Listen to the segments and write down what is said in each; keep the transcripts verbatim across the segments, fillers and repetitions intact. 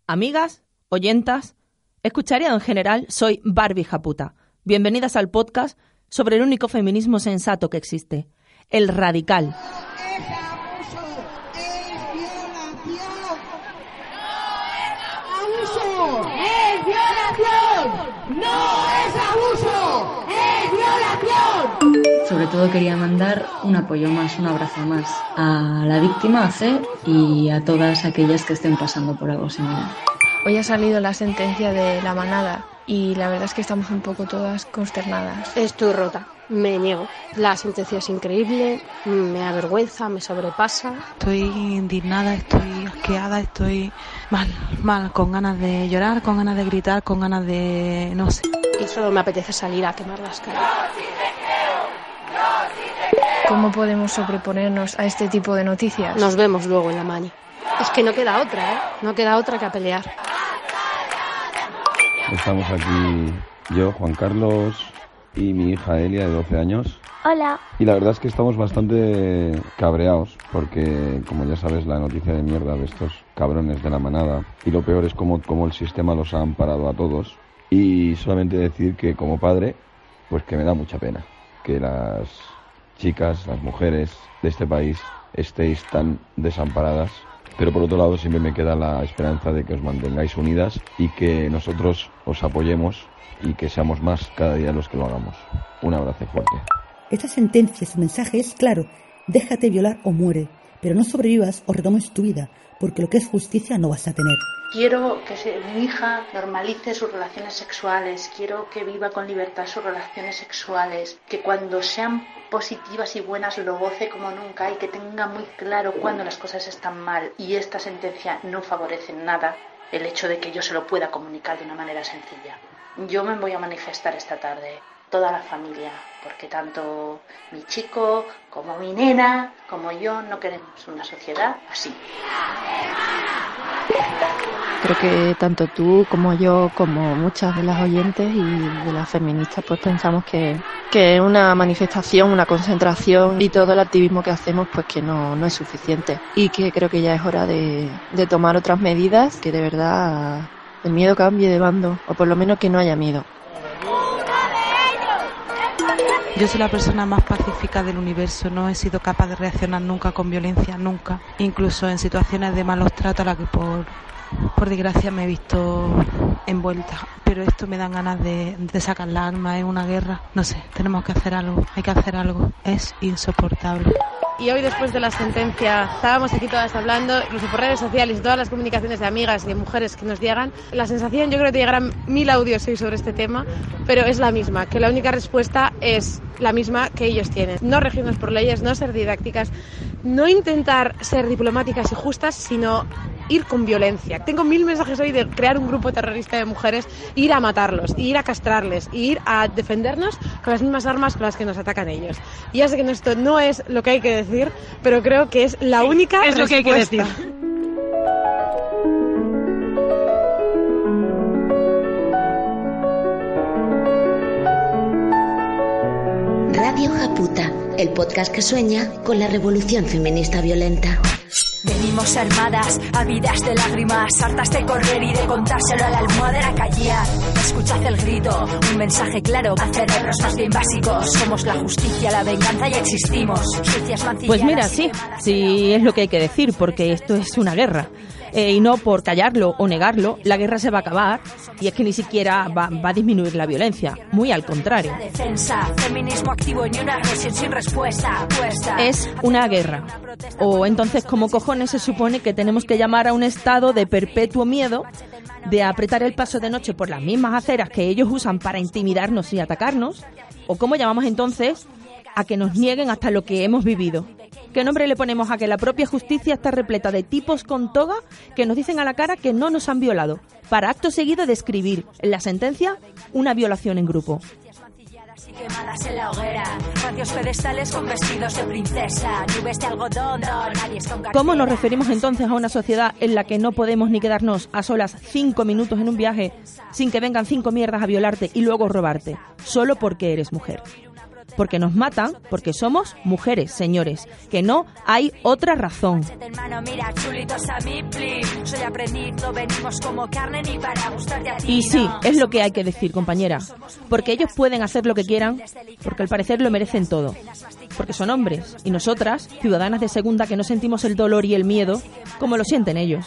Amigas, oyentas, escucharía en general, soy Barbie Japuta. Bienvenidas al podcast sobre el único feminismo sensato que existe, el radical. Es abuso, es violación. ¡Abuso! ¡Es violación! ¡No es abuso! ¡Es violación! Sobre todo quería mandar un apoyo más, un abrazo más a la víctima, a C, y a todas aquellas que estén pasando por algo similar. Hoy ha salido la sentencia de La Manada y la verdad es que estamos un poco todas consternadas. Estoy rota, me niego. La sentencia es increíble, me avergüenza, me sobrepasa. Estoy indignada, estoy asqueada, estoy mal, mal, con ganas de llorar, con ganas de gritar, con ganas de... no sé. Y solo me apetece salir a quemar las calles. ¿Cómo podemos sobreponernos a este tipo de noticias? Nos vemos luego en la maña. Es que no queda otra, ¿eh? No queda otra que a pelear. Estamos aquí yo, Juan Carlos, y mi hija Elia, de doce años. Hola. Y la verdad es que estamos bastante cabreados, porque, como ya sabes, la noticia de mierda de estos cabrones de La Manada. Y lo peor es cómo, cómo el sistema los ha amparado a todos. Y solamente decir que, como padre, pues que me da mucha pena que las chicas, las mujeres de este país estéis tan desamparadas. Pero por otro lado siempre me queda la esperanza de que os mantengáis unidas y que nosotros os apoyemos y que seamos más cada día los que lo hagamos. Un abrazo fuerte. Esta sentencia, su mensaje es claro: déjate violar o muere, pero no sobrevivas o retomes tu vida, porque lo que es justicia no vas a tener. Quiero que se, mi hija normalice sus relaciones sexuales, quiero que viva con libertad sus relaciones sexuales, que cuando sean positivas y buenas lo goce como nunca y que tenga muy claro cuando las cosas están mal. Y esta sentencia no favorece en nada el hecho de que yo se lo pueda comunicar de una manera sencilla. Yo me voy a manifestar esta tarde, toda la familia, porque tanto mi chico como mi nena como yo no queremos una sociedad así. Creo que tanto tú como yo, como muchas de las oyentes y de las feministas, pues pensamos que, que una manifestación, una concentración y todo el activismo que hacemos, pues que no, no es suficiente. Y que creo que ya es hora de, de tomar otras medidas, que de verdad el miedo cambie de bando, o por lo menos que no haya miedo. Yo soy la persona más pacífica del universo, no he sido capaz de reaccionar nunca con violencia, nunca. Incluso en situaciones de malos tratos a las que por, por desgracia me he visto envuelta. Pero esto me dan ganas de, de sacar la arma, es una guerra. No sé, tenemos que hacer algo, hay que hacer algo, es insoportable. Y hoy, después de la sentencia, estábamos aquí todas hablando, incluso por redes sociales y todas las comunicaciones de amigas y de mujeres que nos llegan. La sensación, yo creo que te llegarán mil audios hoy sobre este tema, pero es la misma, que la única respuesta es la misma que ellos tienen. No regirnos por leyes, no ser didácticas, no intentar ser diplomáticas y justas, sino ir con violencia. Tengo mil mensajes hoy de crear un grupo terrorista de mujeres, ir a matarlos, ir a castrarles, ir a defendernos con las mismas armas con las que nos atacan ellos. Y ya sé que esto no es lo que hay que decir, pero creo que es la única es lo respuesta. que hay que decir. Radio Japuta, el podcast que sueña con la revolución feminista violenta. Venimos armadas, ávidas de lágrimas, hartas de correr y de contárselo a la almohadera callar. Escuchad el grito, un mensaje claro a cerebros más bien básicos. Somos la justicia, la venganza y existimos. Sucias, mancilladas. Pues mira, sí, sí es lo que hay que decir, porque esto es una guerra. Eh, y no por callarlo o negarlo, la guerra se va a acabar y es que ni siquiera va, va a disminuir la violencia, muy al contrario. Defensa, feminismo activo, ni una agresión sin respuesta. Puesta. Es una guerra. O entonces, ¿cómo cojones se supone que tenemos que llamar a un estado de perpetuo miedo de apretar el paso de noche por las mismas aceras que ellos usan para intimidarnos y atacarnos? ¿O cómo llamamos entonces a que nos nieguen hasta lo que hemos vivido? ¿Qué nombre le ponemos a que la propia justicia está repleta de tipos con toga que nos dicen a la cara que no nos han violado, para acto seguido describir en la sentencia una violación en grupo? Quemadas en la hoguera, radios pedestales con vestidos de princesa, nubes de algodón, nadie es con cartera. ¿Cómo nos referimos entonces a una sociedad en la que no podemos ni quedarnos a solas cinco minutos en un viaje sin que vengan cinco mierdas a violarte y luego robarte, solo porque eres mujer? porque nos matan, porque somos mujeres, señores, que no hay otra razón. Y sí, es lo que hay que decir, compañera, porque ellos pueden hacer lo que quieran, porque al parecer lo merecen todo, porque son hombres, y nosotras, ciudadanas de segunda, que no sentimos el dolor y el miedo como lo sienten ellos.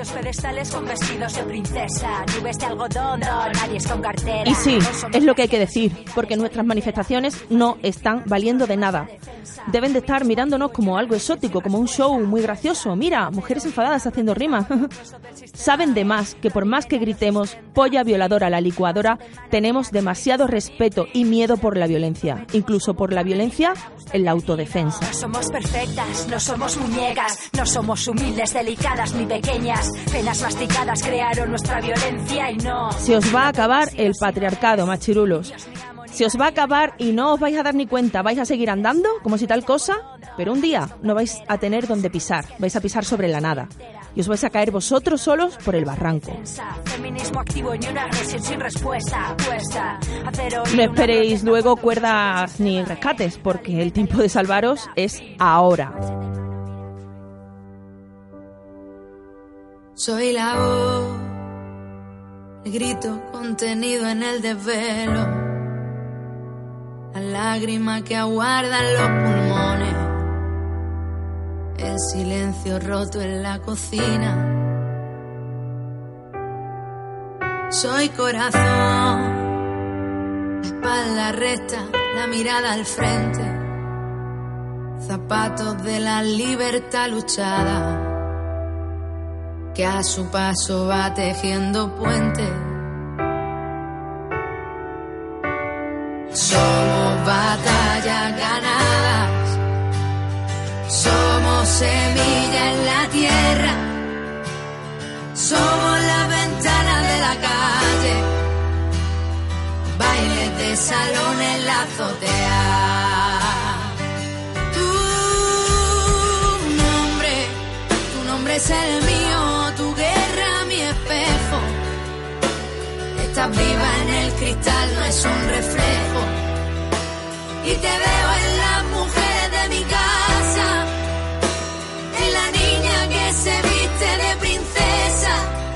Y sí, es lo que hay que decir, porque nuestras manifestaciones no están valiendo de nada. Deben de estar mirándonos como algo exótico, como un show muy gracioso. Mira, mujeres enfadadas haciendo rimas. Saben de más que por más que gritemos polla violadora a la licuadora, tenemos demasiado respeto y miedo por la violencia, incluso por la violencia en la autodefensa. No somos perfectas, no somos muñecas, no somos humildes, delicadas ni pequeñas. Penas masticadas crearon nuestra violencia y no... Se os va a acabar el patriarcado, machirulos. Se os va a acabar y no os vais a dar ni cuenta. Vais a seguir andando como si tal cosa, pero un día no vais a tener donde pisar. Vais a pisar sobre la nada. Y os vais a caer vosotros solos por el barranco. No esperéis luego cuerdas ni rescates, porque el tiempo de salvaros es ahora. Soy la voz, el grito contenido en el desvelo, la lágrima que aguarda en los pulmones, el silencio roto en la cocina. Soy corazón, la espalda recta, la mirada al frente, zapatos de la libertad luchada, que a su paso va tejiendo puentes. Somos batallas ganadas, somos semilla en la tierra, somos la ventana de la calle, bailes de salón en la azotea. Tu nombre, tu nombre es el mío, tu guerra mi espejo. Estás viva en el cristal, no es un reflejo. Y te veo en las mujeres de mi casa, en la niña que se viste de princesa,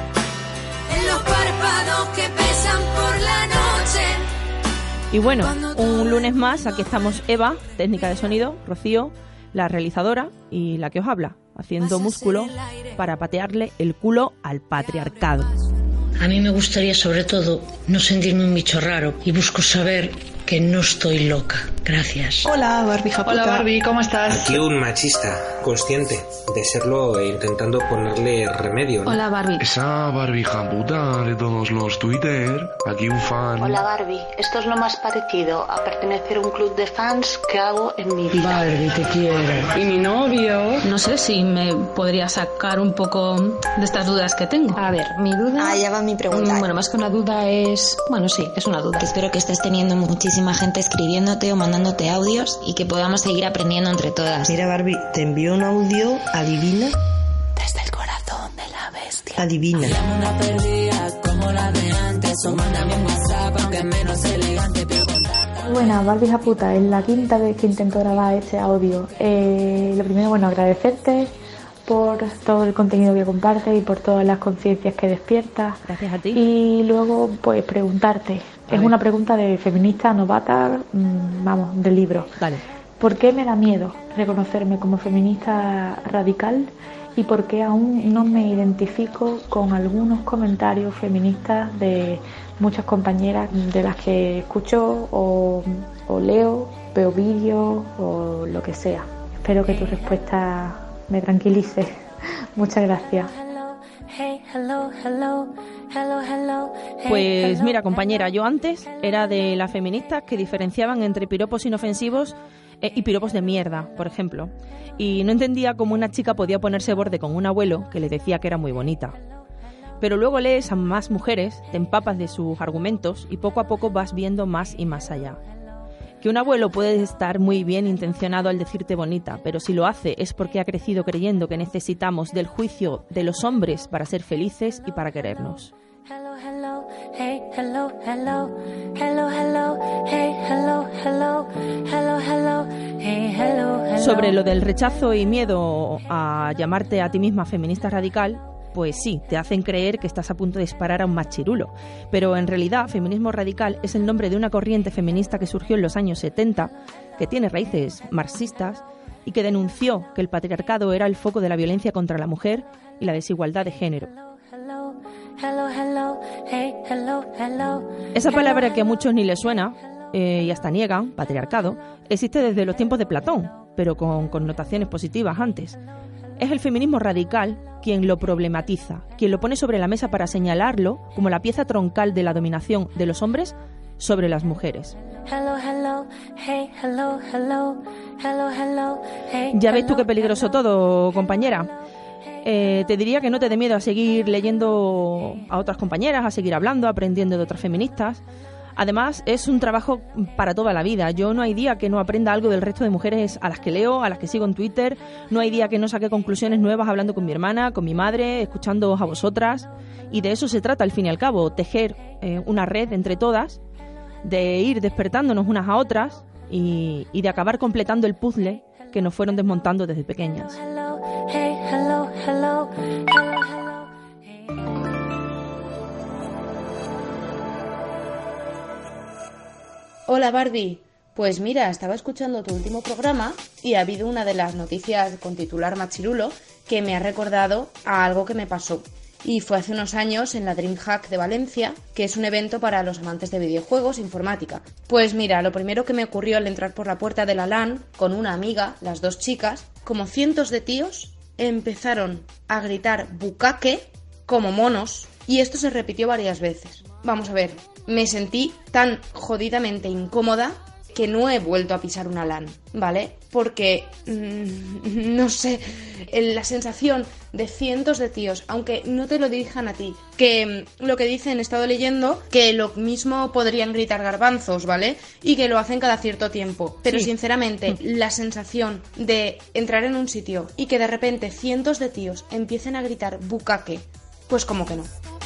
en los párpados que pesan por la noche. Y bueno, un lunes más, aquí estamos Eva, técnica de sonido, Rocío, la realizadora, y la que os habla, haciendo músculo para patearle el culo al patriarcado. A mí me gustaría sobre todo no sentirme un bicho raro y busco saber que no estoy loca. Gracias. Hola, Barbie Japuta. Hola, Barbie, ¿cómo estás? Aquí un machista, consciente de serlo e intentando ponerle remedio, ¿no? Hola, Barbie. Esa Barbie Japuta de todos los Twitter. Aquí un fan. Hola, Barbie. Esto es lo más parecido a pertenecer a un club de fans que hago en mi vida. Barbie, te quiero. ¿Y mi novio? No sé si me podría sacar un poco de estas dudas que tengo. A ver, mi duda... Ah, ya va mi pregunta. Bueno, más que una duda es... Bueno, sí, es una duda. Espero que estés teniendo muchísima gente escribiéndote o mandándote audios y que podamos seguir aprendiendo entre todas. Mira, Barbie, te envío un audio, adivina. Desde el corazón de la bestia. Adivina. Una perdida como la de antes, o mándame un WhatsApp aunque menos elegante, pero Buenas, Barbie Japuta, es la quinta vez que intento grabar este audio. Eh, lo primero, bueno, agradecerte por todo el contenido que compartes y por todas las conciencias que despiertas. Gracias a ti. Y luego, pues, preguntarte. A es ver. Una pregunta de feminista novata, mmm, vamos, del libro. Vale. ¿Por qué me da miedo reconocerme como feminista radical? ¿Y por qué aún no me identifico con algunos comentarios feministas de muchas compañeras de las que escucho o, o leo, veo vídeos o lo que sea? Espero que tu respuesta me tranquilice. Muchas gracias. Pues mira, compañera, yo antes era de las feministas que diferenciaban entre piropos inofensivos eh, y piropos de mierda, por ejemplo. Y no entendía cómo una chica podía ponerse borde con un abuelo que le decía que era muy bonita. Pero luego lees a más mujeres, te empapas de sus argumentos y poco a poco vas viendo más y más allá. Que un abuelo puede estar muy bien intencionado al decirte bonita, pero si lo hace es porque ha crecido creyendo que necesitamos del juicio de los hombres para ser felices y para querernos. hey, hello, hello, hello, hello, hey, hello, hello, hello, hello, hey, hello, hello. Sobre lo del rechazo y miedo a llamarte a ti misma feminista radical, pues sí, te hacen creer que estás a punto de disparar a un machirulo. Pero en realidad, feminismo radical es el nombre de una corriente feminista que surgió en los años setenta, que tiene raíces marxistas y que denunció que el patriarcado era el foco de la violencia contra la mujer y la desigualdad de género. Esa palabra que a muchos ni les suena eh, y hasta niegan, patriarcado, existe desde los tiempos de Platón, pero con connotaciones positivas antes. Es el feminismo radical quien lo problematiza, quien lo pone sobre la mesa para señalarlo como la pieza troncal de la dominación de los hombres sobre las mujeres. Ya ves tú qué peligroso todo, compañera. Eh, te diría que no te dé miedo a seguir leyendo a otras compañeras, a seguir hablando, aprendiendo de otras feministas. Además, es un trabajo para toda la vida. Yo no hay día que no aprenda algo del resto de mujeres a las que leo, a las que sigo en Twitter. No hay día que no saque conclusiones nuevas hablando con mi hermana, con mi madre, escuchándoos a vosotras. Y de eso se trata, al fin y al cabo, tejer eh, una red entre todas, de ir despertándonos unas a otras y, y de acabar completando el puzzle que nos fueron desmontando desde pequeñas. Hey, hello, hello, hello, hello. Hola Barbie, pues mira, estaba escuchando tu último programa y ha habido una de las noticias con titular machirulo que me ha recordado a algo que me pasó. Y fue hace unos años en la DreamHack de Valencia, que es un evento para los amantes de videojuegos e informática. Pues mira, lo primero que me ocurrió al entrar por la puerta de la LAN con una amiga, las dos chicas, como cientos de tíos empezaron a gritar bucaque como monos y esto se repitió varias veces. Vamos a ver, me sentí tan jodidamente incómoda que no he vuelto a pisar una LAN, ¿vale? Porque, mmm, no sé, la sensación de cientos de tíos, aunque no te lo dirijan a ti, que lo que dicen, he estado leyendo, que lo mismo podrían gritar garbanzos, ¿vale? Y que lo hacen cada cierto tiempo. Pero sí, sinceramente, la sensación de entrar en un sitio y que de repente cientos de tíos empiecen a gritar bucaque, pues como que no.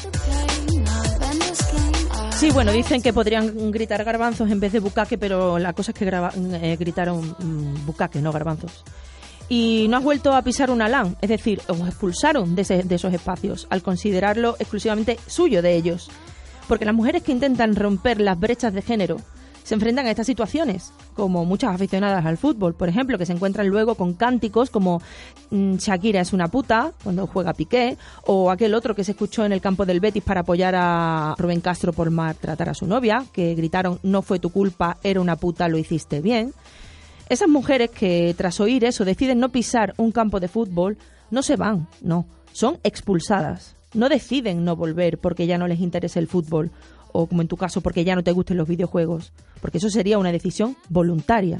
Sí, bueno, dicen que podrían gritar garbanzos en vez de bucaque, pero la cosa es que graba, eh, gritaron mm, bucaque, no garbanzos. Y no has vuelto a pisar una LAN, es decir, os expulsaron de, ese, de esos espacios al considerarlo exclusivamente suyo de ellos. Porque las mujeres que intentan romper las brechas de género se enfrentan a estas situaciones, como muchas aficionadas al fútbol, por ejemplo, que se encuentran luego con cánticos como mmm, Shakira es una puta, cuando juega Piqué, o aquel otro que se escuchó en el campo del Betis para apoyar a Rubén Castro por maltratar a su novia, que gritaron no fue tu culpa, era una puta, lo hiciste bien. Esas mujeres que tras oír eso deciden no pisar un campo de fútbol, no se van, no, son expulsadas. No deciden no volver porque ya no les interesa el fútbol, o como en tu caso, porque ya no te gusten los videojuegos, porque eso sería una decisión voluntaria.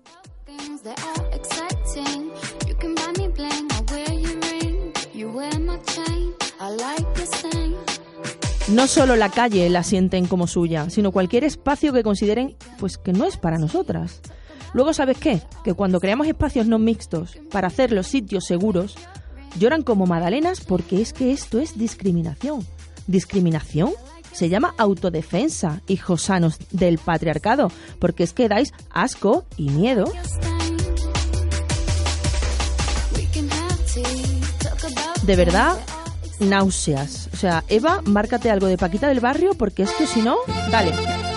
No solo la calle la sienten como suya, sino cualquier espacio que consideren pues que no es para nosotras. Luego, ¿sabes qué? Que cuando creamos espacios no mixtos para hacer los sitios seguros, lloran como magdalenas porque es que esto es discriminación. ¿Discriminación? Se llama autodefensa, hijos sanos del patriarcado, porque es que dais asco y miedo. De verdad, náuseas. O sea, Eva, márcate algo de Paquita del Barrio, porque es que si no, dale.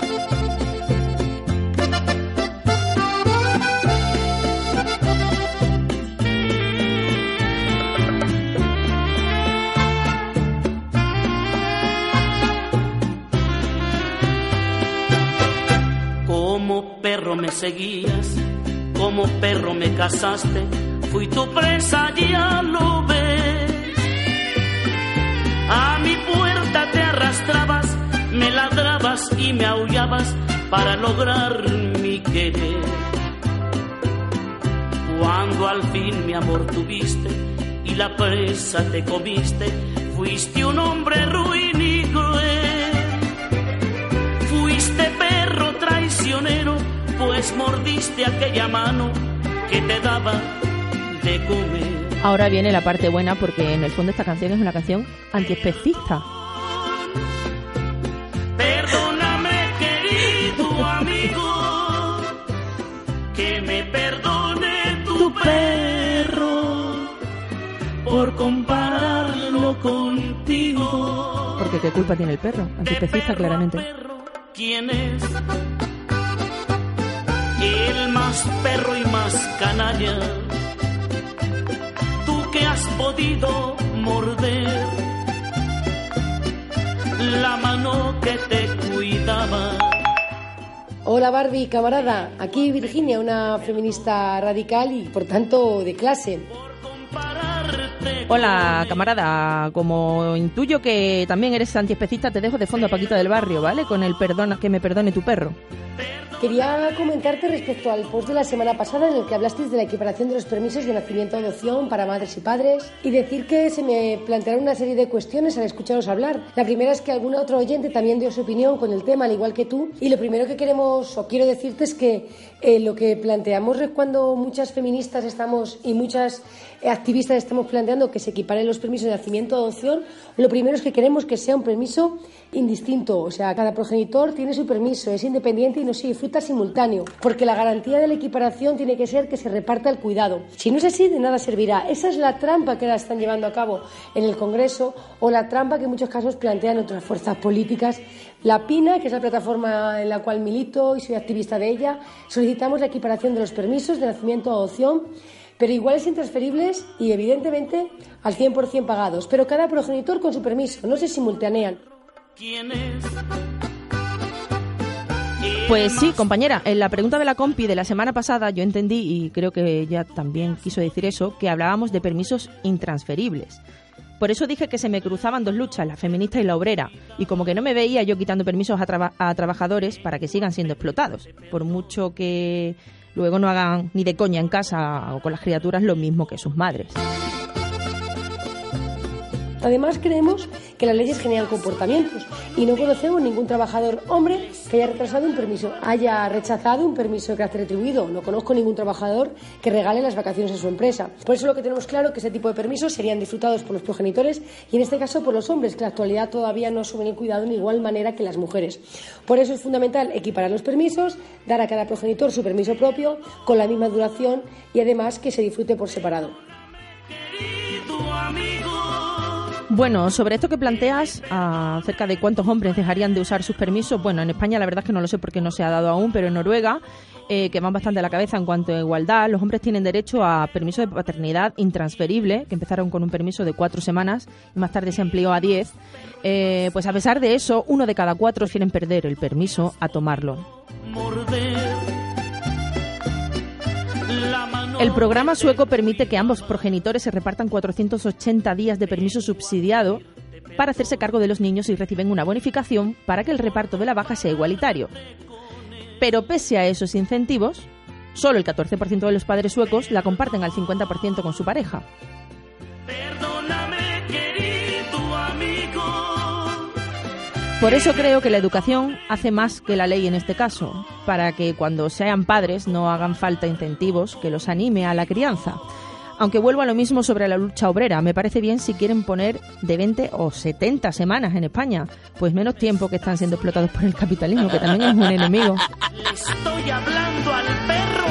Como perro me seguías, como perro me cazaste, fui tu presa, ya lo ves. A mi puerta te arrastrabas, me ladrabas y me aullabas para lograr mi querer. Cuando al fin mi amor tuviste y la presa te comiste, fuiste un hombre ruin y cruel. Fuiste perro traicionero, pues mordiste aquella mano que te daba de comer. Ahora viene la parte buena, porque en el fondo esta canción es una canción antiespecista. por compararlo contigo. Porque qué culpa tiene el perro, antiespecista claramente. ¿Quién es? El más perro y más canalla. Tú que has podido morder la mano que te cuidaba. Hola Barbie, camarada. Aquí Virginia, una feminista radical y por tanto de clase. Hola camarada, como intuyo que también eres antiespecista, te dejo de fondo a Paquita del Barrio, ¿vale? Con el perdona, que me perdone tu perro. Quería comentarte respecto al post de la semana pasada en el que hablasteis de la equiparación de los permisos de nacimiento y adopción para madres y padres y decir que se me plantearon una serie de cuestiones al escucharos hablar. La primera es que algún otro oyente también dio su opinión con el tema, al igual que tú, y lo primero que queremos o quiero decirte es que eh, lo que planteamos es cuando muchas feministas estamos y muchas activistas estamos planteando que se equiparen los permisos de nacimiento y adopción, lo primero es que queremos que sea un permiso indistinto, o sea, cada progenitor tiene su permiso, es independiente y no se disfruta simultáneo, porque la garantía de la equiparación tiene que ser que se reparta el cuidado. Si no es así, de nada servirá. Esa es la trampa que ahora están llevando a cabo en el Congreso o la trampa que en muchos casos plantean otras fuerzas políticas. La PINA, que es la plataforma en la cual milito y soy activista de ella, solicitamos la equiparación de los permisos de nacimiento o adopción, pero iguales intransferibles y evidentemente al cien por ciento pagados, pero cada progenitor con su permiso, no se simultanean. ¿Quién es? Pues sí, compañera, en la pregunta de la compi de la semana pasada yo entendí, y creo que ella también quiso decir eso, que hablábamos de permisos intransferibles. Por eso dije que se me cruzaban dos luchas, la feminista y la obrera, y como que no me veía yo quitando permisos a, traba- a trabajadores para que sigan siendo explotados, por mucho que luego no hagan ni de coña en casa o con las criaturas lo mismo que sus madres. Además, creemos que las leyes generan comportamientos y no conocemos ningún trabajador hombre que haya retrasado un permiso, haya rechazado un permiso de carácter retribuido. No conozco ningún trabajador que regale las vacaciones a su empresa. Por eso lo que tenemos claro es que ese tipo de permisos serían disfrutados por los progenitores y en este caso por los hombres, que en la actualidad todavía no asumen el cuidado en igual manera que las mujeres. Por eso es fundamental equiparar los permisos, dar a cada progenitor su permiso propio con la misma duración y además que se disfrute por separado. Bueno, sobre esto que planteas, acerca de cuántos hombres dejarían de usar sus permisos, bueno, en España la verdad es que no lo sé porque no se ha dado aún, pero en Noruega, eh, que van bastante a la cabeza en cuanto a igualdad, los hombres tienen derecho a permiso de paternidad intransferible, que empezaron con un permiso de cuatro semanas y más tarde se amplió a diez. Eh, pues a pesar de eso, uno de cada cuatro quieren perder el permiso a tomarlo. El programa sueco permite que ambos progenitores se repartan cuatrocientos ochenta días de permiso subsidiado para hacerse cargo de los niños y reciben una bonificación para que el reparto de la baja sea igualitario. Pero pese a esos incentivos, solo el catorce por ciento de los padres suecos la comparten al cincuenta por ciento con su pareja. Por eso creo que la educación hace más que la ley en este caso, para que cuando sean padres no hagan falta incentivos que los anime a la crianza. Aunque vuelvo a lo mismo sobre la lucha obrera, me parece bien si quieren poner de veinte o setenta semanas en España, pues menos tiempo que están siendo explotados por el capitalismo, que también es un enemigo. Le estoy hablando al perro.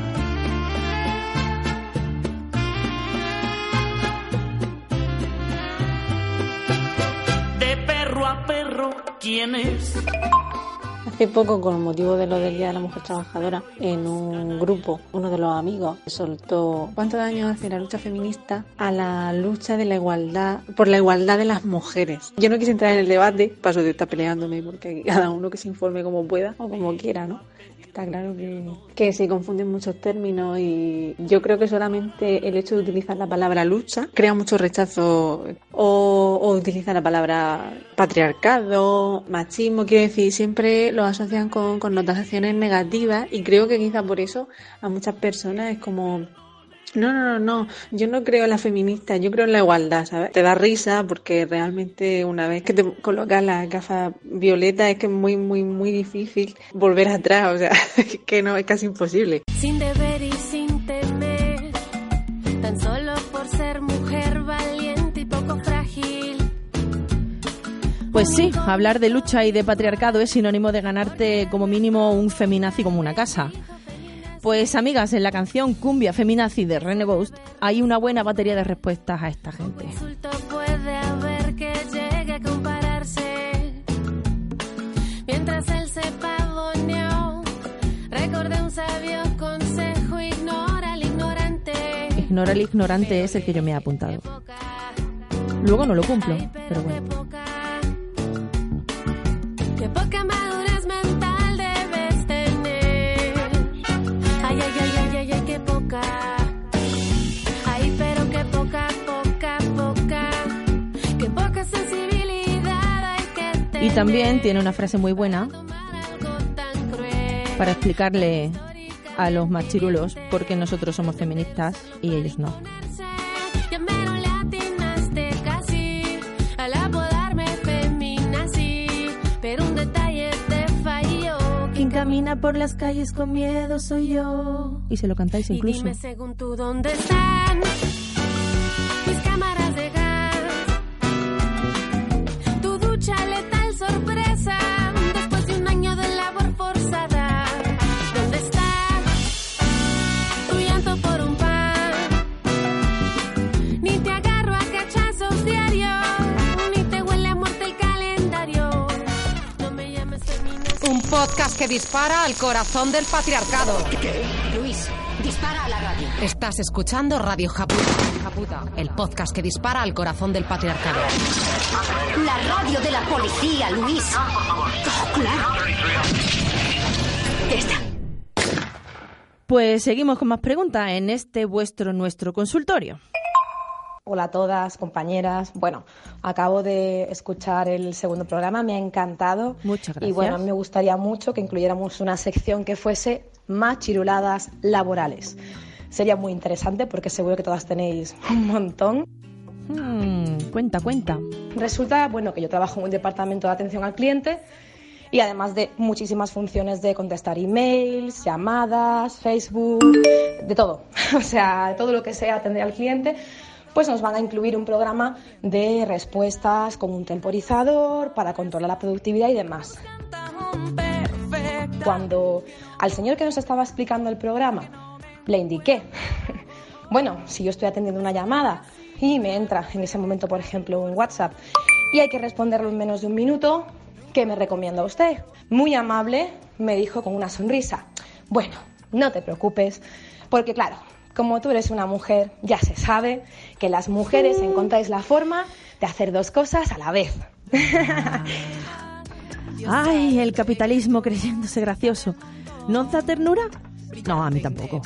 De perro a perro, ¿quién es? Hace poco, con motivo de lo del Día de la Mujer Trabajadora, en un grupo, uno de los amigos soltó cuánto daño hace la lucha feminista a la lucha de la igualdad, por la igualdad de las mujeres. Yo no quise entrar en el debate, paso de estar peleándome, porque cada uno que se informe como pueda o como quiera, ¿no? Está claro que, que se confunden muchos términos y yo creo que solamente el hecho de utilizar la palabra lucha crea mucho rechazo o, o utilizar la palabra patriarcado, machismo, quiero decir, siempre lo asocian con connotaciones negativas y creo que quizá por eso a muchas personas es como... No, no, no, no, yo no creo en la feminista, yo creo en la igualdad, ¿sabes? Te da risa porque realmente una vez que te colocas las gafas violetas es que es muy, muy, muy difícil volver atrás, o sea, es que no, es casi imposible. Sin deber y sin temer, tan solo por ser mujer valiente y poco frágil. Pues sí, hablar de lucha y de patriarcado es sinónimo de ganarte como mínimo un feminazi como una casa. Pues amigas, en la canción Cumbia Feminazi de Rene Ghost hay una buena batería de respuestas a esta gente. Puede haber que llegue a compararse. Mientras él se pavoneó, recordé un sabio consejo: ignora al ignorante. Ignora al ignorante es el que yo me he apuntado. Luego no lo cumplo, pero bueno. Qué poca madurez mental debes tener. Ay, ay, ay, ay, ay, ay, qué poca. Ay, pero qué poca, poca, poca. Qué poca sensibilidad hay que tener. Y también tiene una frase muy buena para explicarle a los machirulos por qué nosotros somos feministas y ellos no. Camina por las calles con miedo soy yo. Y se lo cantáis incluso. Y dime según tú dónde están mis cámaras de gas, tu ducha letal sorpresa después de un año de labor forzada. ¿Dónde está tu llanto por un pan? Ni te agarro a cachazos diarios, ni te huele a muerte el calendario. No me llames feminazi. Un podcast que dispara al corazón del patriarcado. ¿Qué? Luis, dispara a la radio. Estás escuchando Radio Haputa, Haputa, el podcast que dispara al corazón del patriarcado. La radio de la policía, Luis. Oh, claro. Ya está. Pues seguimos con más preguntas en este vuestro, nuestro consultorio. Hola a todas, compañeras. Bueno, acabo de escuchar el segundo programa, me ha encantado. Muchas gracias. Y bueno, me gustaría mucho que incluyéramos una sección que fuese machiruladas laborales. Sería muy interesante porque seguro que todas tenéis un montón. Hmm, cuenta, cuenta. Resulta, bueno, que yo trabajo en un departamento de atención al cliente y además de muchísimas funciones de contestar emails, llamadas, Facebook, de todo. O sea, de todo lo que sea atender al cliente, pues nos van a incluir un programa de respuestas con un temporizador para controlar la productividad y demás. Cuando al señor que nos estaba explicando el programa le indiqué, bueno, si yo estoy atendiendo una llamada y me entra en ese momento, por ejemplo, un WhatsApp y hay que responderlo en menos de un minuto, ¿qué me recomienda usted? Muy amable, me dijo con una sonrisa, bueno, no te preocupes, porque claro, como tú eres una mujer, ya se sabe que las mujeres encontráis la forma de hacer dos cosas a la vez. Ay, el capitalismo creyéndose gracioso. ¿No os da ternura? No, a mí tampoco.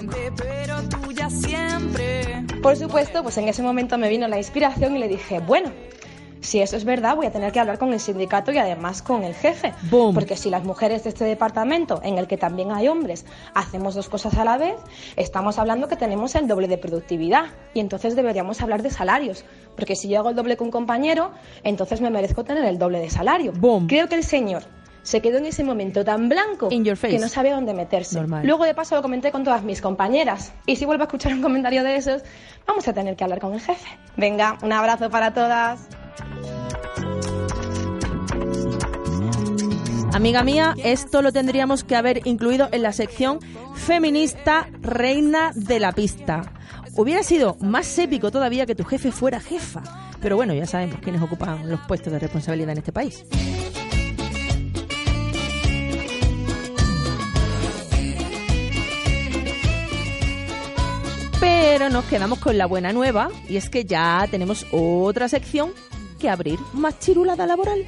Por supuesto, pues en ese momento me vino la inspiración y le dije, bueno, si eso es verdad, voy a tener que hablar con el sindicato y además con el jefe. Boom. Porque si las mujeres de este departamento, en el que también hay hombres, hacemos dos cosas a la vez, estamos hablando que tenemos el doble de productividad. Y entonces deberíamos hablar de salarios. Porque si yo hago el doble que un compañero, entonces me merezco tener el doble de salario. Boom. Creo que el señor se quedó en ese momento tan blanco In your face. que no sabía dónde meterse. Normal. Luego de paso lo comenté con todas mis compañeras. Y si vuelvo a escuchar un comentario de esos, vamos a tener que hablar con el jefe. Venga, un abrazo para todas. Amiga mía, esto lo tendríamos que haber incluido en la sección feminista reina de la pista. Hubiera sido más épico todavía que tu jefe fuera jefa. Pero bueno, ya sabemos quiénes ocupan los puestos de responsabilidad en este país. Pero nos quedamos con la buena nueva, y es que ya tenemos otra sección que abrir, más chirulada laboral.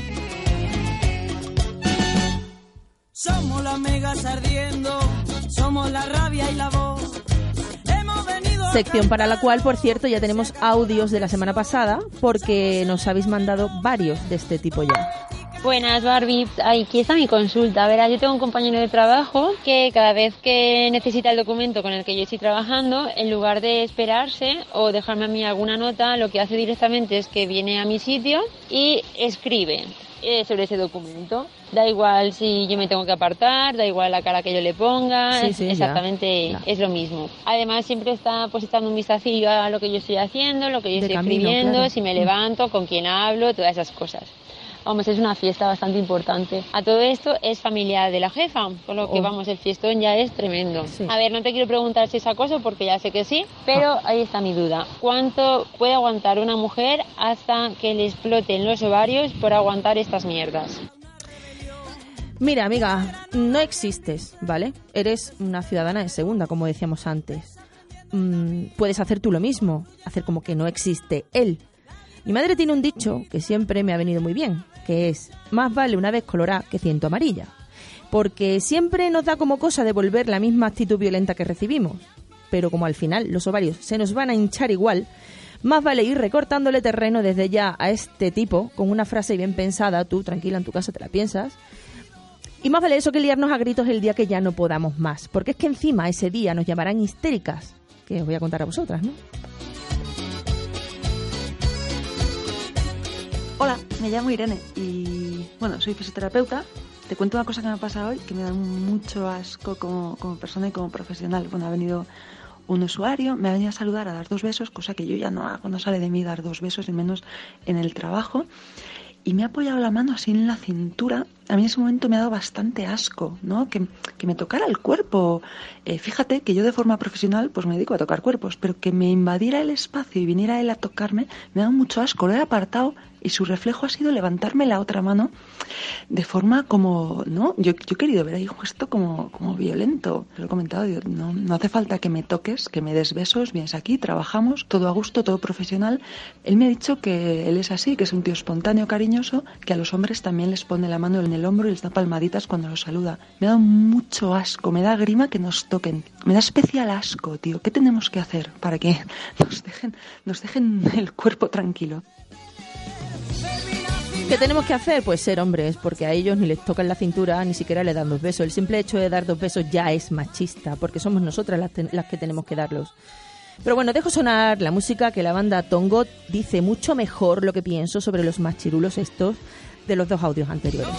Somos las megas ardiendo, somos la rabia y la voz. Hemos venido Sección para la cual, por cierto, ya tenemos audios de la semana pasada, porque nos habéis mandado varios de este tipo ya. Buenas, Barbie. Aquí está mi consulta. Verás, yo tengo un compañero de trabajo que cada vez que necesita el documento con el que yo estoy trabajando, en lugar de esperarse o dejarme a mí alguna nota, lo que hace directamente es que viene a mi sitio y escribe eh, sobre ese documento. Da igual si yo me tengo que apartar, da igual la cara que yo le ponga, Sí, sí, exactamente ya. es lo mismo. Además, siempre está pues echando un vistacillo a lo que yo estoy haciendo, lo que yo De estoy camino, escribiendo, claro. si me levanto, con quién hablo, todas esas cosas. vamos, es una fiesta bastante importante. A todo esto es familiar de la jefa, con lo que, oh. vamos, el fiestón ya es tremendo. Sí. A ver, no te quiero preguntar si es acoso, porque ya sé que sí, pero ah. ahí está mi duda. ¿Cuánto puede aguantar una mujer hasta que le exploten los ovarios por aguantar estas mierdas? Mira, amiga, no existes, ¿vale? Eres una ciudadana de segunda, como decíamos antes. Mm, puedes hacer tú lo mismo, hacer como que no existe él. Mi madre tiene un dicho que siempre me ha venido muy bien, que es: más vale una vez colorada que ciento amarilla. Porque siempre nos da como cosa devolver la misma actitud violenta que recibimos. Pero como al final los ovarios se nos van a hinchar igual, más vale ir recortándole terreno desde ya a este tipo con una frase bien pensada, tú tranquila en tu casa te la piensas. Y más vale eso que liarnos a gritos el día que ya no podamos más, porque es que encima ese día nos llamarán histéricas, que os voy a contar a vosotras, ¿no? Hola, me llamo Irene y, bueno, soy fisioterapeuta. Te cuento una cosa que me ha pasado hoy que me da mucho asco como, como persona y como profesional. Bueno, ha venido un usuario, me ha venido a saludar, a dar dos besos, cosa que yo ya no hago, no sale de mí dar dos besos, y menos en el trabajo. Y me ha apoyado la mano así en la cintura. A mí en ese momento me ha dado bastante asco, ¿no? Que, que me tocara el cuerpo. Eh, fíjate que yo de forma profesional pues me dedico a tocar cuerpos, pero que me invadiera el espacio y viniera él a tocarme me ha dado mucho asco. Lo he apartado y su reflejo ha sido levantarme la otra mano de forma como, ¿no? Yo, yo he querido ver ahí un gesto como, como violento. Lo he comentado, digo, no, no hace falta que me toques, que me des besos, vienes aquí, trabajamos, todo a gusto, todo profesional. Él me ha dicho que él es así, que es un tío espontáneo, cariñoso, que a los hombres también les pone la mano en el hombro y les da palmaditas cuando los saluda. Me ha dado mucho asco, me da grima que nos toquen. Me da especial asco, tío. ¿Qué tenemos que hacer para que nos dejen, nos dejen el cuerpo tranquilo? ¿Qué tenemos que hacer? Pues ser hombres, porque a ellos ni les tocan la cintura, ni siquiera le dan dos besos. El simple hecho de dar dos besos ya es machista, porque somos nosotras las, ten- las que tenemos que darlos. Pero bueno, dejo sonar la música, que la banda Tongo dice mucho mejor lo que pienso sobre los machirulos estos de los dos audios anteriores.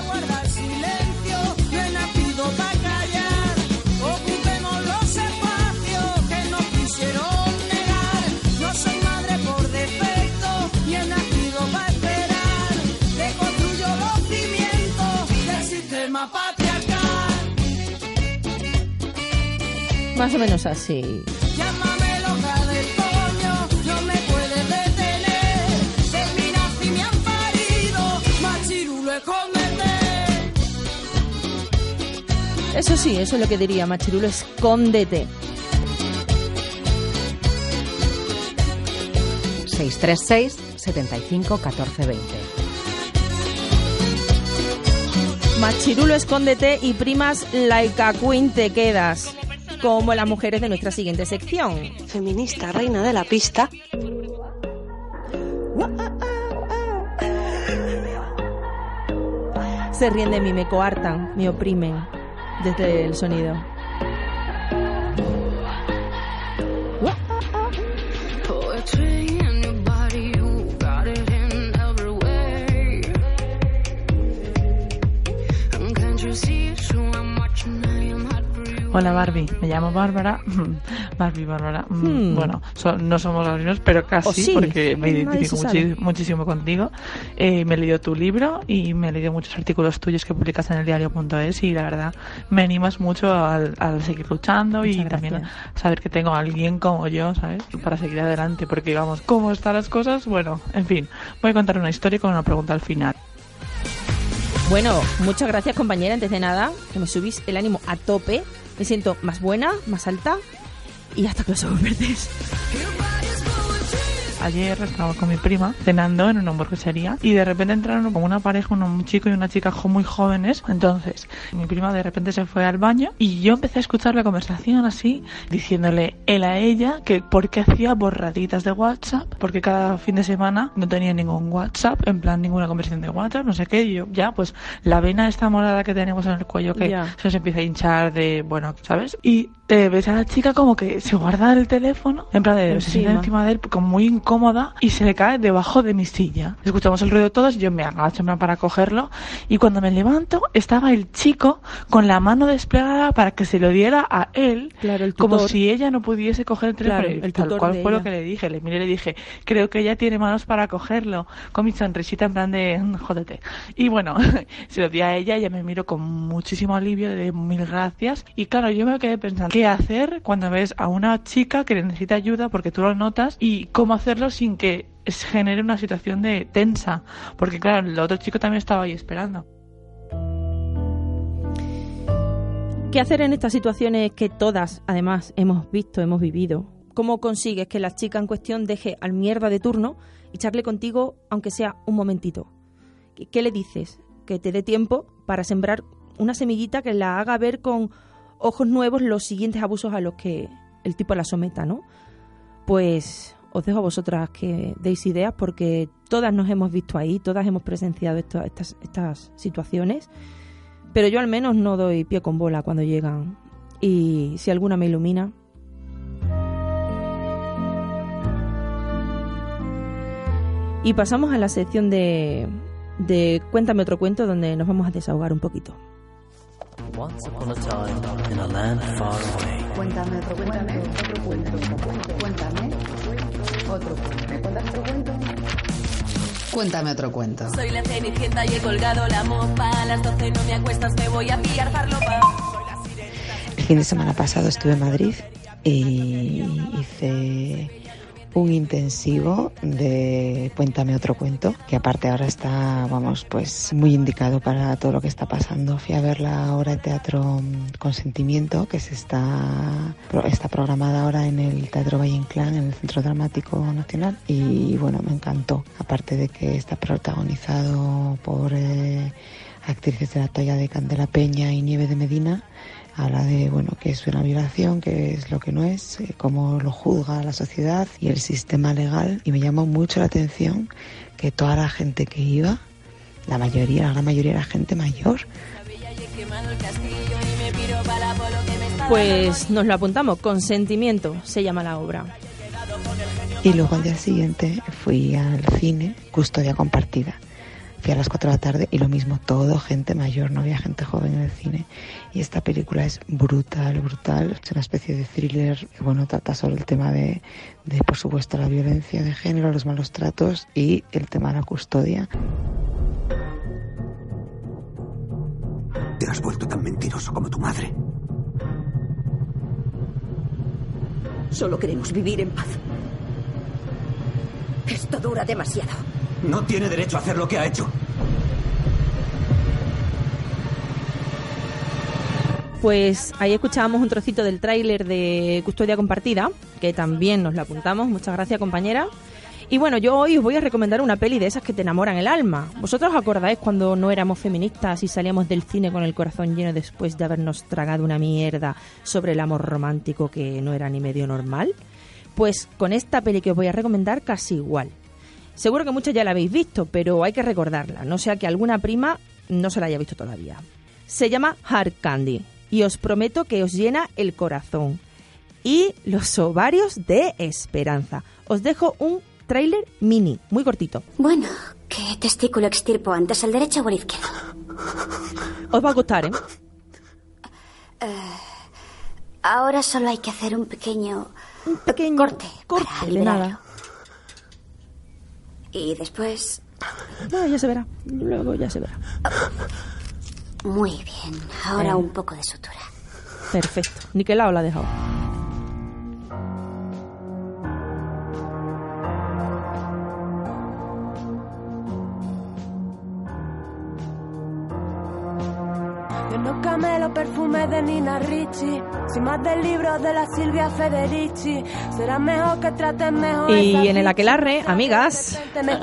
Más o menos así. Llámame loca del coño, no me puedes detener. De mi nazi me han parido, machirulo, escóndete. Eso sí, eso es lo que diría, machirulo, escóndete. seis tres seis, setenta y cinco, catorce, veinte. Machirulo, escóndete, y primas like a queen te quedas, como las mujeres de nuestra siguiente sección. Feminista, reina de la pista. Se ríen de mí, me coartan, me oprimen desde el sonido. Hola Barbie, me llamo Bárbara. Barbie, Bárbara. Hmm. Bueno, so, no somos los mismos, pero casi, oh, sí. Porque me identifico muchi- muchísimo contigo. Eh, me he leído tu libro y me he leído muchos artículos tuyos que publicas en el diario punto es, y la verdad me animas mucho al, al seguir luchando. Muchas y gracias. También saber que tengo a alguien como yo, ¿sabes? Para seguir adelante, porque vamos, ¿cómo están las cosas? Bueno, en fin, voy a contar una historia con una pregunta al final. Bueno, muchas gracias, compañera, antes de nada, que me subís el ánimo a tope. Me siento más buena, más alta y hasta que los ojos verdes. Ayer estaba con mi prima cenando en una hamburguesería y de repente entraron como una pareja, un chico y una chica muy jóvenes. Entonces mi prima de repente se fue al baño y yo empecé a escuchar la conversación así, diciéndole él a ella que por qué hacía borraditas de WhatsApp, porque cada fin de semana no tenía ningún WhatsApp, en plan ninguna conversación de WhatsApp, no sé qué. Y yo ya pues la vena esta morada que tenemos en el cuello que yeah. se nos empieza a hinchar de, bueno, ¿sabes? Y te ves a la chica como que se guarda el teléfono, en plan de se sienta encima de él, como muy incómoda, y se le cae debajo de mi silla. Escuchamos el ruido todos, yo me agacho para cogerlo, y cuando me levanto estaba el chico con la mano desplegada para que se lo diera a él, claro, el como si ella no pudiese coger el teléfono. Claro, el tal tutor cual de fue ella. lo que le dije, le miré y le dije, creo que ella tiene manos para cogerlo, con mi sonrisita en plan de "Mm, jódete". Y bueno, se lo di a ella, ella me miró con muchísimo alivio de mil gracias, y claro, yo me quedé pensando qué hacer cuando ves a una chica que necesita ayuda porque tú lo notas, y cómo hacerlo sin que se genere una situación de tensa, porque claro, el otro chico también estaba ahí esperando. ¿Qué hacer en estas situaciones que todas, además, hemos visto, hemos vivido? ¿Cómo consigues que la chica en cuestión deje al mierda de turno y charle contigo, aunque sea un momentito? ¿Qué le dices? Que te dé tiempo para sembrar una semillita que la haga ver con ojos nuevos los siguientes abusos a los que el tipo la someta, ¿no? Pues os dejo a vosotras que deis ideas, porque todas nos hemos visto ahí, todas hemos presenciado esto, estas, estas situaciones, pero yo al menos no doy pie con bola cuando llegan, y si alguna me ilumina. Y pasamos a la sección de, de Cuéntame otro cuento, donde nos vamos a desahogar un poquito. Once upon a time in a land far away. Cuéntame otro cuento. Otro cuento. Cuéntame otro cuento. ¿Me cuentas otro cuento? Cuéntame otro cuento. Soy la cenicienta y he colgado la mopa. A las doce no me acuestas, me voy a pillar farlopa. El fin de semana pasado estuve en Madrid y hice un intensivo de Cuéntame otro cuento, que aparte ahora está, vamos, pues muy indicado para todo lo que está pasando. Fui a ver la obra de teatro Consentimiento, que se está, está programada ahora en el Teatro Valle Inclán, en el Centro Dramático Nacional, y bueno, me encantó. Aparte de que está protagonizado por eh, actrices de la talla de Candela Peña y Nieve de Medina. Habla de, bueno, qué es una violación, qué es lo que no es, eh, cómo lo juzga la sociedad y el sistema legal. Y me llamó mucho la atención que toda la gente que iba, la mayoría, la gran mayoría era gente mayor. Pues nos lo apuntamos, Consentimiento se llama la obra. Y luego al día siguiente fui al cine, Custodia Compartida. Fui a las cuatro de la tarde y lo mismo, todo gente mayor, no había gente joven en el cine. Y esta película es brutal, brutal. Es una especie de thriller que, bueno, trata sobre el tema de, de, por supuesto, la violencia de género, los malos tratos y el tema de la custodia. Te has vuelto tan mentiroso como tu madre. Solo queremos vivir en paz. Esto dura demasiado. No tiene derecho a hacer lo que ha hecho. Pues ahí escuchábamos un trocito del tráiler de Custodia Compartida, que también nos lo apuntamos. Muchas gracias, compañera. Y bueno, yo hoy os voy a recomendar una peli de esas que te enamoran el alma. ¿Vosotros os acordáis cuando no éramos feministas y salíamos del cine con el corazón lleno después de habernos tragado una mierda sobre el amor romántico que no era ni medio normal? Pues con esta peli que os voy a recomendar casi igual. Seguro que muchos ya la habéis visto, pero hay que recordarla, no sea que alguna prima no se la haya visto todavía. Se llama Hard Candy y os prometo que os llena el corazón y los ovarios de esperanza. Os dejo un tráiler mini, muy cortito. Bueno, ¿qué testículo extirpo antes, el derecho o el izquierdo? Os va a gustar, ¿eh? Uh, ahora solo hay que hacer un pequeño, un pequeño corte, corte para de nada. Y después... No, ya se verá. Luego ya se verá. Muy bien. Ahora eh. un poco de sutura. Perfecto. Niquelao la ha dejado. Yo no camelo perfume de Nina Ricci, sin más del libro de la Silvia Federici. Será mejor que traten mejor. Y en el aquelarre, amigas,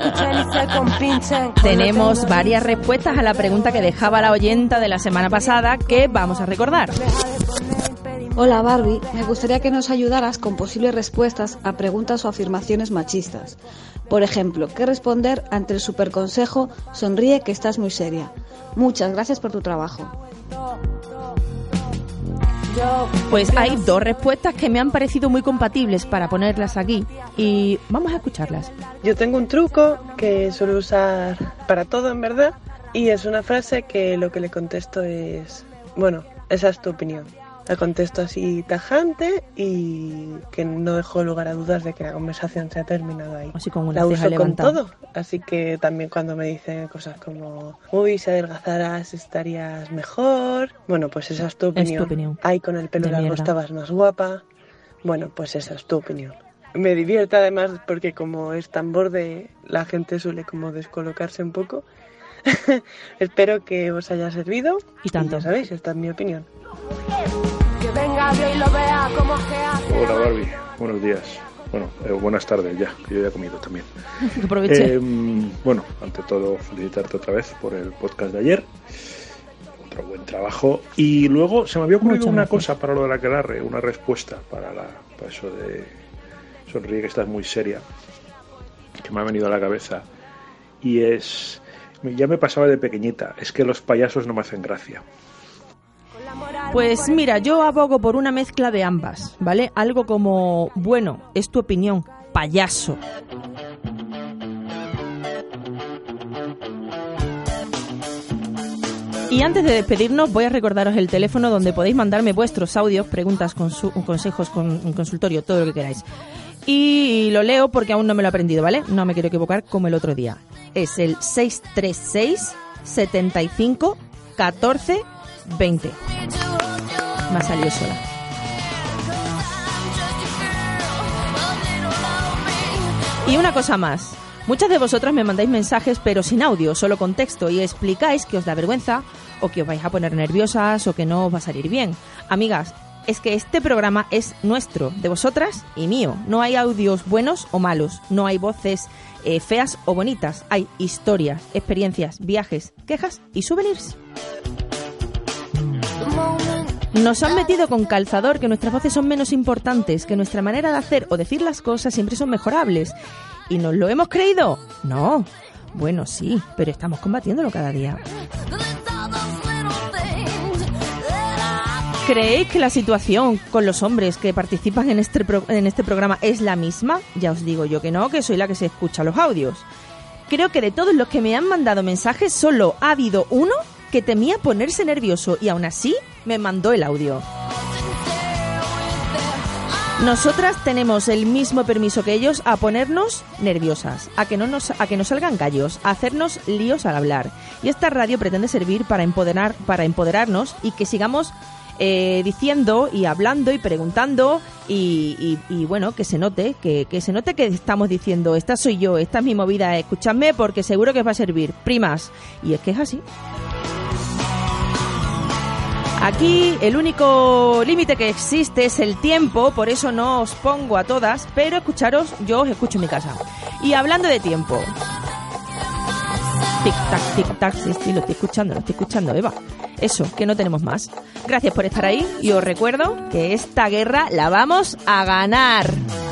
tenemos varias respuestas a la pregunta que dejaba la oyenta de la semana pasada, que vamos a recordar. Hola Barbie, me gustaría que nos ayudaras con posibles respuestas a preguntas o afirmaciones machistas. Por ejemplo, ¿qué responder ante el superconsejo "sonríe que estás muy seria"? Muchas gracias por tu trabajo. Pues hay dos respuestas que me han parecido muy compatibles para ponerlas aquí y vamos a escucharlas. Yo tengo un truco que suelo usar para todo, en verdad, y es una frase que lo que le contesto es, bueno, esa es tu opinión. La contesto así tajante y que no dejo lugar a dudas de que la conversación se ha terminado ahí. Así con una la ceja uso levantada. con todo, así que también cuando me dicen cosas como uy, si adelgazaras estarías mejor, bueno, pues esa es tu opinión. Es tu opinión. Ay, con el pelo De largo mierda. estabas más guapa, bueno, pues esa es tu opinión. Me divierte además porque como es tan borde, la gente suele como descolocarse un poco. Espero que os haya servido. Y tanto. Y ya sabéis, esta es mi opinión. Que venga y lo vea como que hace. Hola Barbie, buenos días. Bueno, eh, buenas tardes ya, que yo ya he comido también. Que aproveche. Eh, bueno, ante todo felicitarte otra vez por el podcast de ayer. Otro buen trabajo. Y luego se me había ocurrido Muchas una gracias. cosa para lo de la aquelarre, una respuesta para, la, para eso de sonríe que estás muy seria, que me ha venido a la cabeza. Y es, ya me pasaba de pequeñita, es que los payasos no me hacen gracia. Pues mira, yo abogo por una mezcla de ambas, ¿vale? Algo como, bueno, es tu opinión, payaso. Y antes de despedirnos, voy a recordaros el teléfono donde podéis mandarme vuestros audios, preguntas, consu- consejos, con, un consultorio, todo lo que queráis. Y lo leo porque aún no me lo he aprendido, ¿vale? No me quiero equivocar como el otro día. Es el seis tres seis, setenta y cinco, catorce, veinte. Me ha salido sola. Y una cosa más. Muchas de vosotras me mandáis mensajes pero sin audio, solo con texto, y explicáis que os da vergüenza o que os vais a poner nerviosas o que no os va a salir bien. Amigas, es que este programa es nuestro, de vosotras y mío. No hay audios buenos o malos, no hay voces eh, feas o bonitas. Hay historias, experiencias, viajes, quejas y souvenirs. Nos han metido con calzador que nuestras voces son menos importantes, que nuestra manera de hacer o decir las cosas siempre son mejorables. ¿Y nos lo hemos creído? No. Bueno, sí, pero estamos combatiéndolo cada día. ¿Creéis que la situación con los hombres que participan en este, pro- en este programa es la misma? Ya os digo yo que no, que soy la que se escucha los audios. Creo que de todos los que me han mandado mensajes, solo ha habido uno que temía ponerse nervioso y aún así me mandó el audio. Nosotras tenemos el mismo permiso que ellos a ponernos nerviosas, a que no nos, a que nos salgan gallos, a hacernos líos al hablar. Y esta radio pretende servir para empoderar, para empoderarnos y que sigamos eh, diciendo y hablando y preguntando y, y, y bueno, que se note, que, que se note que estamos diciendo, esta soy yo, esta es mi movida, escuchadme porque seguro que os va a servir, primas. Y es que es así. Aquí el único límite que existe es el tiempo, por eso no os pongo a todas, pero escucharos, yo os escucho en mi casa. Y hablando de tiempo... Tic-tac, tic-tac, sí, sí, lo estoy escuchando, lo estoy escuchando, Eva. Eso, que no tenemos más. Gracias por estar ahí y os recuerdo que esta guerra la vamos a ganar.